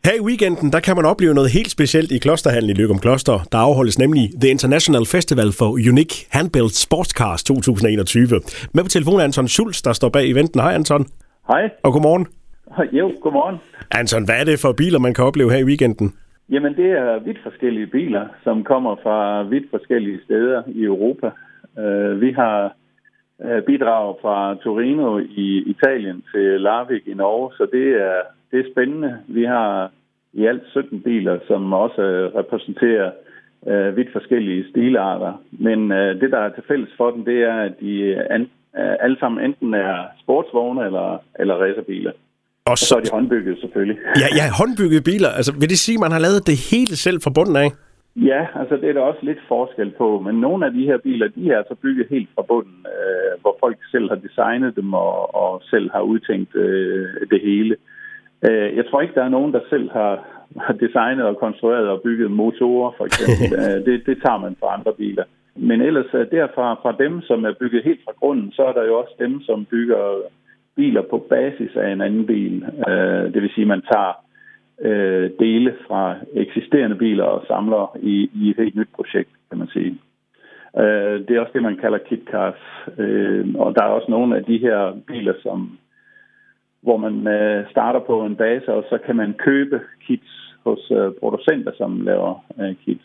Her i weekenden, der kan man opleve noget helt specielt i Klosterhallen i Løgumkloster. Der afholdes nemlig The International Festival for Unique Handbuilt Sports Cars 2021. Med på telefonen er Anton Schulz, der står bag eventen. Hej Anton. Hej. Og godmorgen. Jo, godmorgen. Anton, hvad er det for biler, man kan opleve her i weekenden? Jamen, det er vidt forskellige biler, som kommer fra vidt forskellige steder i Europa. Vi har bidrag fra Torino i Italien til Larvik i Norge, så det er spændende. Vi har i alt 17 biler, som også repræsenterer vidt forskellige stilarter. Men det, der er til fælles for dem, det er, at de alle sammen enten er sportsvogne eller racerbiler. Og så er de håndbygget selvfølgelig. Ja, håndbyggede biler. Altså, vil det sige, at man har lavet det hele selv fra bunden af? Ja, altså det er der også lidt forskel på, men nogle af de her biler, de er altså bygget helt fra bunden, hvor folk selv har designet dem og selv har udtænkt det hele. Jeg tror ikke, der er nogen, der selv har designet og konstrueret og bygget motorer, for eksempel. Det tager man fra andre biler. Men ellers derfra fra dem, som er bygget helt fra grunden, så er der jo også dem, som bygger biler på basis af en anden bil. Det vil sige, at man tager dele fra eksisterende biler og samler i et helt nyt projekt, kan man sige. Det er også det, man kalder kitcars. Og der er også nogle af de her biler, hvor man starter på en base, og så kan man købe kits hos producenter, som laver kits,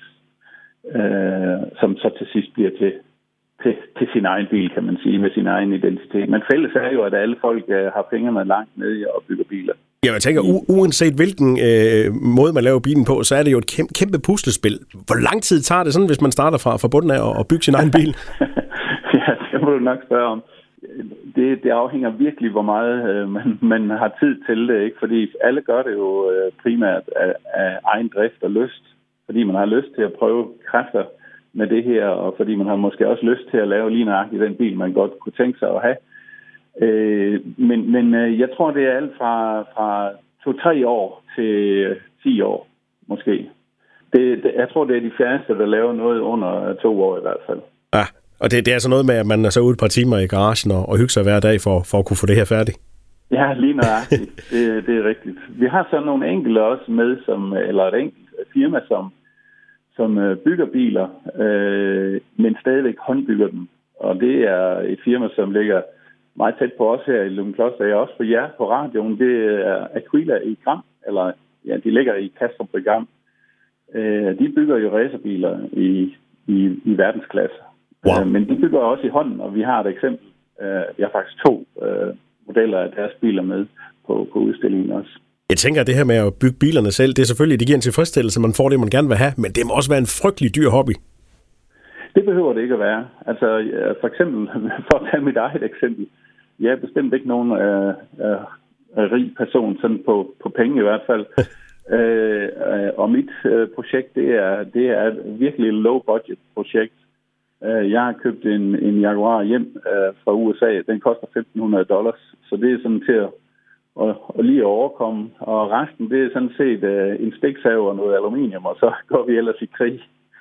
som så til sidst bliver til sin egen bil, kan man sige, med sin egen identitet. Men fælles er jo, at alle folk har fingrene langt nede og bygger biler. Ja, jeg tænker, uanset hvilken måde man laver bilen på, så er det jo et kæmpe puslespil. Hvor lang tid tager det sådan, hvis man starter fra bunden af og bygger sin egen bil? Ja, det må du nok spørge om. Det afhænger virkelig, hvor meget man har tid til det, ikke? Fordi alle gør det jo primært af egen drift og lyst, fordi man har lyst til at prøve kræfter med det her, og fordi man har måske også lyst til at lave lige nøjagtigt den bil, man godt kunne tænke sig at have. Men jeg tror, det er alt fra 2-3 år til 10 år, måske. Jeg tror, det er de færreste, der laver noget under 2 år i hvert fald. Ja, og det er altså noget med, at man er så ude et par timer i garagen og hygger sig hver dag for at kunne få det her færdigt? Ja, lige nøjagtigt. det er rigtigt. Vi har så nogle enkelte også med, eller et enkelt firma, som bygger biler, men stadigvæk håndbygger dem. Og det er et firma, som ligger meget tæt på os her i Løgumkloster. Jeg er også på jer på radioen. Det er Aquila i Gram, eller ja, de ligger i Kastrup i Gram. De bygger jo racerbiler i verdensklasse. Wow. Men de bygger også i hånden, og vi har et eksempel. Vi har faktisk 2 modeller af deres biler med på udstillingen også. Jeg tænker, at det her med at bygge bilerne selv, det er selvfølgelig, det giver en tilfredsstillelse, man får det, man gerne vil have, men det må også være en frygtelig dyr hobby. Det behøver det ikke at være. Altså, for eksempel, for at tage mit eget eksempel, jeg er bestemt ikke nogen rig person, sådan på penge i hvert fald. Og mit projekt, det er et virkelig low-budget projekt. Jeg har købt en Jaguar hjem fra USA. Den koster $1,500, så det er sådan til at lige overkomme. Og resten, det er sådan set en stiksav og noget aluminium, og så går vi ellers i krig.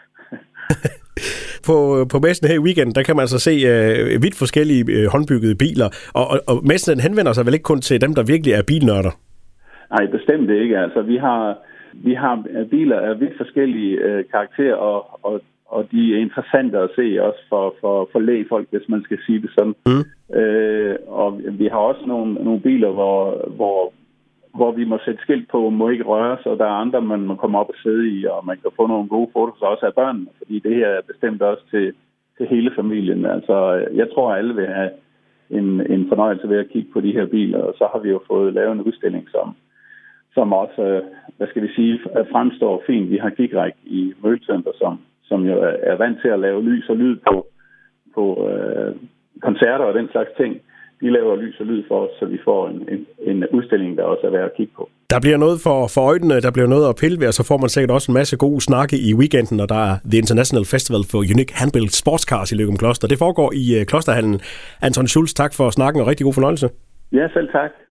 På messen her i weekenden, der kan man altså se vidt forskellige håndbyggede biler, og messen henvender sig vel ikke kun til dem, der virkelig er bilnørder? Nej, bestemt ikke. Altså, vi har biler af vidt forskellige karakterer, og de er interessante at se også for lægfolk, hvis man skal sige det sådan. Og vi har også nogle biler, hvor vi må sætte skilt på, må ikke røres, og der er andre, man må komme op og sidde i, og man kan få nogle gode fotos også af børnene, fordi det her er bestemt også til hele familien. Altså, jeg tror, at alle vil have en fornøjelse ved at kigge på de her biler, og så har vi jo fået lavet en udstilling, som også, hvad skal vi sige, fremstår fint. Vi har Gigræk i Mølcenter, som jo er vant til at lave lys og lyd på koncerter og den slags ting. De laver lys og lyd for os, så vi får en udstilling, der også er værd at kigge på. Der bliver noget for øjnene, der bliver noget at pille ved, og så får man sikkert også en masse gode snakke i weekenden, og der er The International Festival for Unique Handbuilt Sports Cars i Løgumkloster. Det foregår i Klosterhallen. Anton Schulz, tak for snakken og rigtig god fornøjelse. Ja, selv tak.